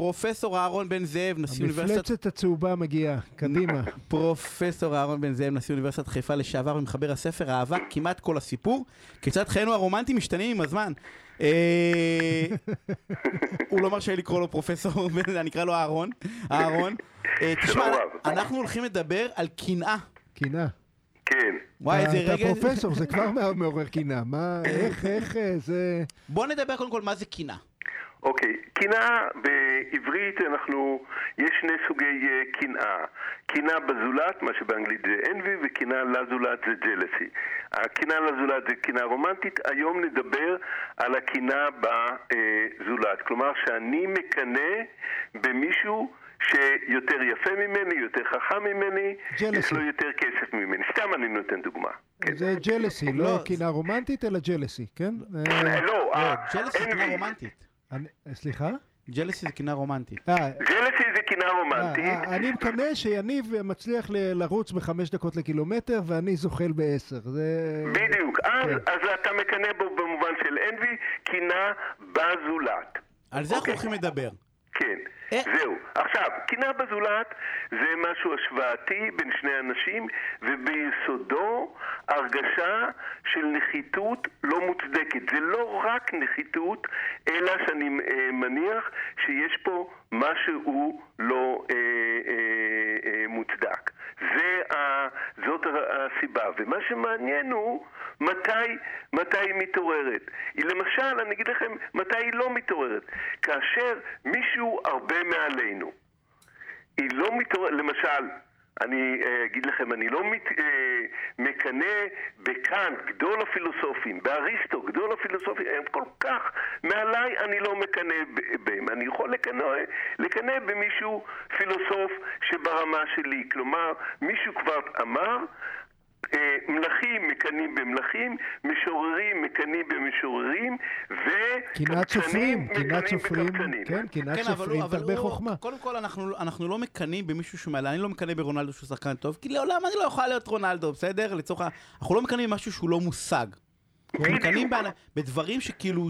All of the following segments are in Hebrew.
פרופסור אהרון בן זאב, נשיא אוניברסיטת... המפלצת הצהובה מגיעה, קדימה. פרופסור אהרון בן זאב, נשיא אוניברסיטת חיפה לשעבר, ומחבר הספר האהבה, כמעט כל הסיפור, כיצד חיינו הרומנטיים משתנים עם הזמן. הוא לא מרשה לקרוא לו פרופסור, אני אקרא לו אהרון. תשמע, אנחנו הולכים לדבר על קנאה. קנאה. כן. וואי, איזה רגע... אתה פרופסור, זה כבר מעורר קנאה. מה, איך זה... בוא נדבר קודם כל מה זה קנאה. אוקיי, קנאה בעברית יש שני סוגי קנאה. קנאה בזולת, מה שבאנגלית זה envy, וקנאה לזולת זה jealousy. הקנאה לזולת זה קנאה רומנטית. היום נדבר על הקנאה בזולת. כלומר שאני מקנא במישהו שיותר יפה ממני, יותר חכם ממני, יש לו יותר כסף ממני. סתם אני נותן דוגמה. זה jealousy, לא קנאה רומנטית, אלא jealousy, כן? לא, jealousy זה קנאה רומנטית. סליחה? jealousy זה קנאה רומנטית. jealousy זה קנאה רומנטית. אני מקנא שיניב מצליח לרוץ ב5 דקות לקילומטר, ואני זוחל ב10. בדיוק. אז אתה מקנא בו במובן של envy, קנאה בזולת. על זה אנחנו הולכים לדבר. כן, זהו. עכשיו, קנאה בזולת זה משהו השוואתי בין שני אנשים, וביסודו הרגשה של נחיתות לא מוצדקת. זה לא רק נחיתות, אלא שאני מניח שיש פה משהו לא מוצדק. זאת הסיבה. ומה שמעניין הוא מתי היא מתעוררת. למשל, אני אגיד לכם מתי היא לא מתעוררת. כאשר מישהו הרבה מעלינו. היא לא מתעוררת, למשל, אני אגיד לכם, אני לא מקנא בקאנט, גדול הפילוסופים, באריסטו, גדול הפילוסופים, הם כל כך מעליי, אני לא מקנא בהם. אני יכול לקנא במישהו פילוסוף שברמה שלי. כלומר, מישהו כבר אמר, מלכים מקנים במלכים, משוררים מקנים במשוררים, וקבצנים מקנים בקבצנים. כן, קנאת סופרים, תרבה חוכמה. קודם כל אנחנו לא מקנים במישהו שמעלה, אני לא מקנה ברונלדו שהוא שחקן טוב, כי לעולם אני לא יכול להיות רונלדו, בסדר? אנחנו לא מקנים במשהו שהוא לא מושג. אנחנו מקנים בדברים שכאילו,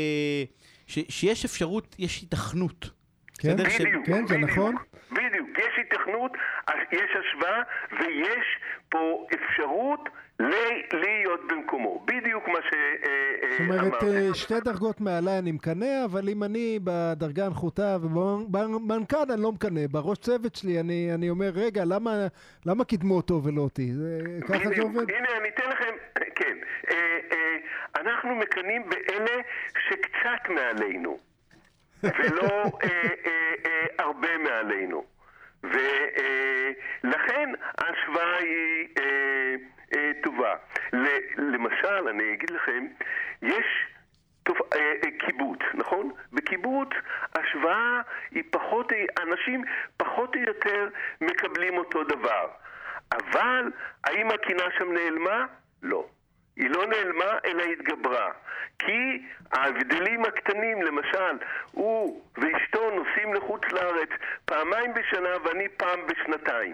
שיש אפשרות, יש התכנות. כן, זה נכון. בדיוק, יש התכנות, יש השוואה, ויש פה אפשרות להיות במקומו. בדיוק מה שאמרת. זאת אומרת, 2 דרגות מעליי אני מקנא, אבל אם אני בדרגה הנחותה, ובמנכ"ל אני לא מקנא, בראש צוות שלי אני אומר, רגע, למה קידמו אותו ולא אותי? ככה זה עובד? הנה, אני אתן לכם, כן. אנחנו מקנים באלה שקצת מעלינו. ולא הרבה מעלינו. ולכן ההשוואה היא טובה. למשל, אני אגיד לכם, יש קיבוץ, נכון? בקיבוץ השוואה היא אנשים פחות או יותר מקבלים אותו דבר. אבל האם הקנאה שם נעלמה? לא. היא לא נעלמה, אלא התגברה. כי ההבדלים הקטנים, למשל, הוא ואשתו נוסעים לחוץ לארץ פעמיים בשנה ואני פעם בשנתיים.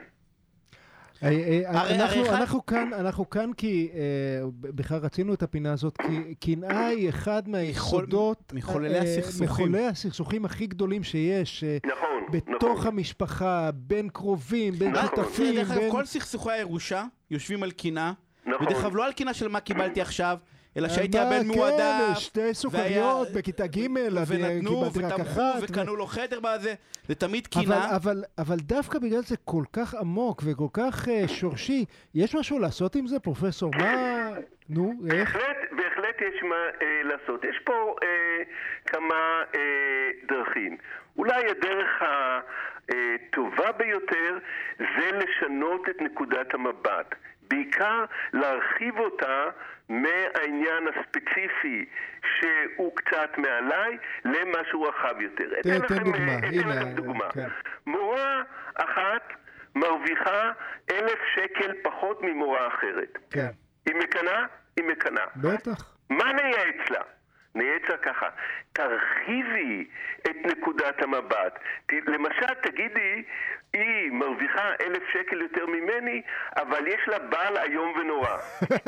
אנחנו כאן כי בכלל רצינו את הפינה הזאת, כי קנאה היא אחד מהיסודות, מחוללי הסכסוכים הכי גדולים שיש, בתוך המשפחה, בין קרובים, בין שותפים. כל סכסוכי הירושה יושבים על קנאה, ודרך כלל לא על קנאה של מה קיבלתי עכשיו, אלא שהייתי הבן מועדף, כן, 2 סוכריות בכיתה ג' ונתנו ותמכו וקנו לו חדר בזה, זה תמיד קנאה. אבל דווקא בגלל זה כל כך עמוק וכל כך שורשי, יש משהו לעשות עם זה, פרופסור? מה? נו, איך? בהחלט יש מה לעשות. יש פה כמה דרכים. אולי הדרך הטובה ביותר זה לשנות את נקודת המבט. בעיקר להרחיב אותה מהעניין הספציפי שהוא קצת מעליי למשהו רחב יותר. תן דוגמה. מורה אחת מרוויחה 1,000 שקל פחות ממורה אחרת. כן. היא מקנה? היא מקנה. בטח. מה נייעץ לה? נייעץ לה ככה, תרחיבי את נקודת המבט. למשל, תגידי, היא מרוויחה 1,000 שקל יותר ממני, אבל יש לה בעל איום ונורא.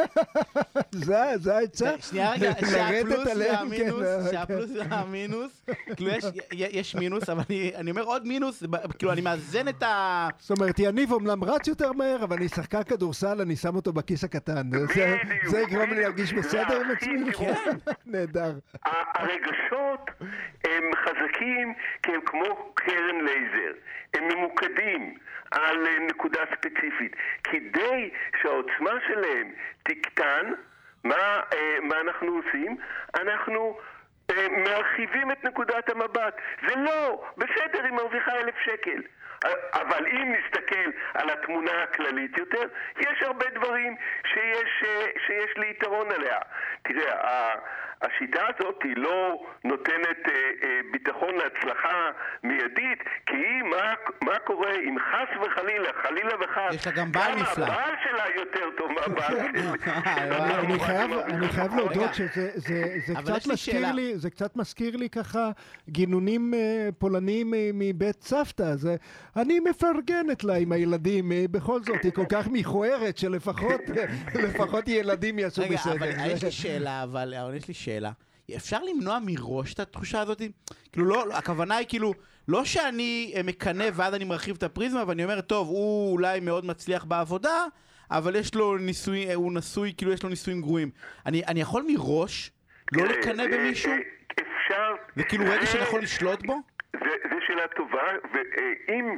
זה העצה? שנייה רגע, שהפלוס והמינוס, כאילו יש מינוס, אבל אני אומר עוד מינוס, כאילו אני מאזן את ה... זאת אומרת, יניב אומנם רץ יותר מהר, אבל אני שחקן כדורסל, אני שם אותו בכיס הקטן. זה יגרום לי להרגיש בסדר עם עצמי? נהדר. הרגשות הם חזקים, כי הם כמו קרן לייזר. הם ממוקדים על נקודה ספציפית. כדי שהעוצמה שלהם תקטן, מה אנחנו עושים? אנחנו מרחיבים את נקודת המבט. זה לא, בסדר, היא מרוויחה 1,000 שקל. אבל אם נסתכל על התמונה הכללית יותר, יש הרבה דברים שיש לי יתרון עליה. תראה, השיטה הזאת היא לא נותנת ביטחון להצלחה מיידית, כי היא, מה קורה אם חס וחלילה, חלילה וחס, יש לה גם בעל נפלא. גם הבעל שלה יותר טוב מהבעל שלה. אני חייב להודות שזה קצת מזכיר לי ככה גינונים פולניים מבית סבתא. אני מפרגנת לה עם הילדים, בכל זאת, היא כל כך מכוערת שלפחות ילדים יעשו בסדר. רגע, אבל יש לי שאלה, אפשר למנוע מראש את התחושה הזאת? כאילו לא, הכוונה היא כאילו, לא שאני מקנה ואז אני מרחיב את הפריזמה, ואני אומר, טוב, הוא אולי מאוד מצליח בעבודה, אבל יש לו ניסוי, הוא נשוי, כאילו יש לו ניסויים גרועים. אני יכול מראש לא לקנה במישהו? אפשר. וכאילו רגע שאני יכול לשלוט בו? זה שאלה טובה, ואם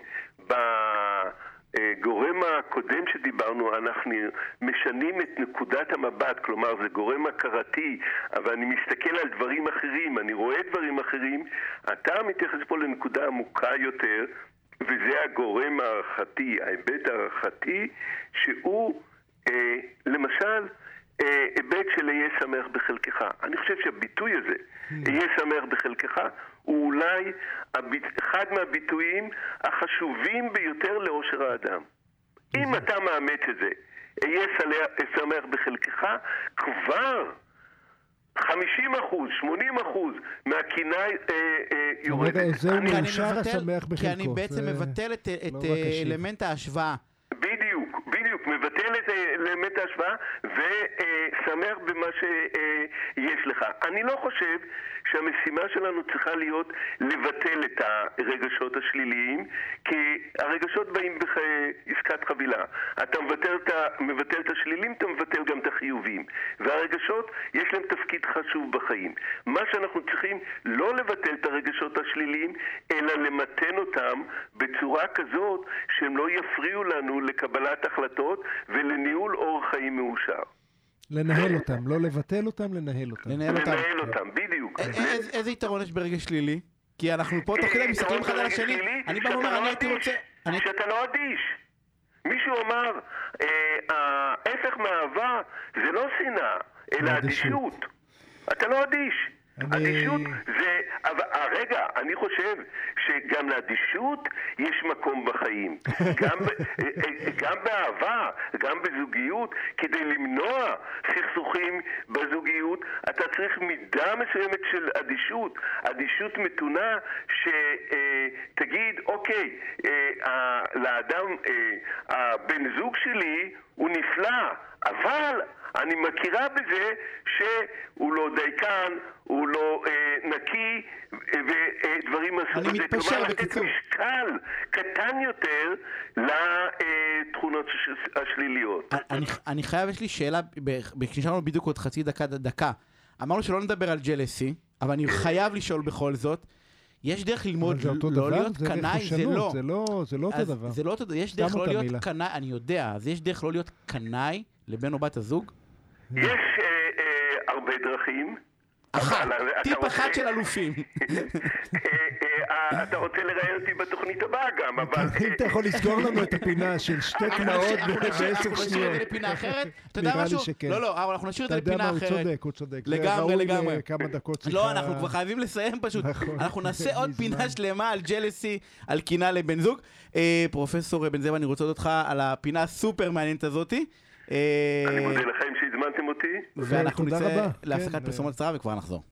בגורם הקודם שדיברנו אנחנו משנים את נקודת המבט, כלומר זה גורם הכרתי, אבל אני מסתכל על דברים אחרים, אני רואה דברים אחרים, אתה מתייחס פה לנקודה עמוקה יותר, וזה הגורם הערכתי, ההיבט הערכתי, שהוא למשל היבט של יהיה שמח בחלקך. אני חושב שהביטוי הזה, יהיה שמח בחלקך, הוא אולי אחד מהביטויים החשובים ביותר לאושר האדם. אם אתה מאמץ את זה, יהיה שמח בחלקך, כבר 50%, 80% מהקינה יורדת. זהו מאושר השמח בחלקו. כי אני בעצם מבטל את אלמנט ההשוואה. בדיוק, מבטל את אלמנט ההשוואה ושמח במה שיש לך. אני לא חושב שהמשימה שלנו צריכה להיות לבטל את הרגשות השליליים, כי הרגשות באים בעסקת חבילה. אתה מבטל את השלילים, אתה מבטל גם את החיובים. והרגשות, יש להם תפקיד חשוב בחיים. מה שאנחנו צריכים לא לבטל את הרגשות השליליים, אלא למתן אותם בצורה כזאת שהם לא יפריעו לנו לקבלת החלטות ולניהול אורח חיים מאושר. לנהל אותם, לא לבטל אותם, לנהל אותם. לנהל אותם, בדיוק. איזה יתרון יש ברגש שלילי? כי אנחנו פה תוך כדי מסתכלים אחד על השני. אני בא ואומר, אני הייתי רוצה... שאתה לא אדיש. מישהו אמר, ההפך מאהבה זה לא שנאה, אלא אדישות. אתה לא אדיש. אדישות זה... רגע, אני חושב שגם לאדישות יש מקום בחיים. גם באהבה, גם בזוגיות. כדי למנוע סכסוכים בזוגיות, אתה צריך מידה מסוימת של אדישות. אדישות מתונה שתגיד, אוקיי, לאדם, הבן זוג שלי הוא נפלא, אבל... אני מכירה בזה שהוא לא דייקן, הוא לא נקי ודברים מסוג. אני מתפשר בקיצור. כלומר, משקל קטן יותר לתכונות השליליות. אני חייב, יש לי שאלה, כשנשארנו בדיוק עוד חצי דקה. אמרנו שלא נדבר על ג'לסי, אבל אני חייב לשאול בכל זאת, יש דרך ללמוד לא להיות קנאי, זה לא אותו דבר. זה לא אותו דבר, יש דרך לא להיות קנאי, אני יודע, אז יש דרך לא להיות קנאי לבן או בת הזוג? יש הרבה דרכים. טיפ אחד של אלופים. אתה רוצה לראיין אותי בתוכנית הבאה גם, אבל... אם אתה יכול לסגור לנו את הפינה של שתי קנאות ב10 שניות. אנחנו נשאיר את זה לפינה אחרת? אתה יודע משהו? לא, אבל אנחנו נשאיר את זה לפינה אחרת. אתה יודע מה, הוא צודק. לגמרי. כמה דקות. לא, אנחנו כבר חייבים לסיים פשוט. אנחנו נעשה עוד פינה שלמה על ג'לסי, על קינה לבן זוג. פרופסור בן זאב, אני רוצה להודות לך על הפינה הסופר מעניינת הזאתי. אני מודה לכם שהזמנתם אותי. ואנחנו נצא להפסקת פרסומות קצרה וכבר נחזור.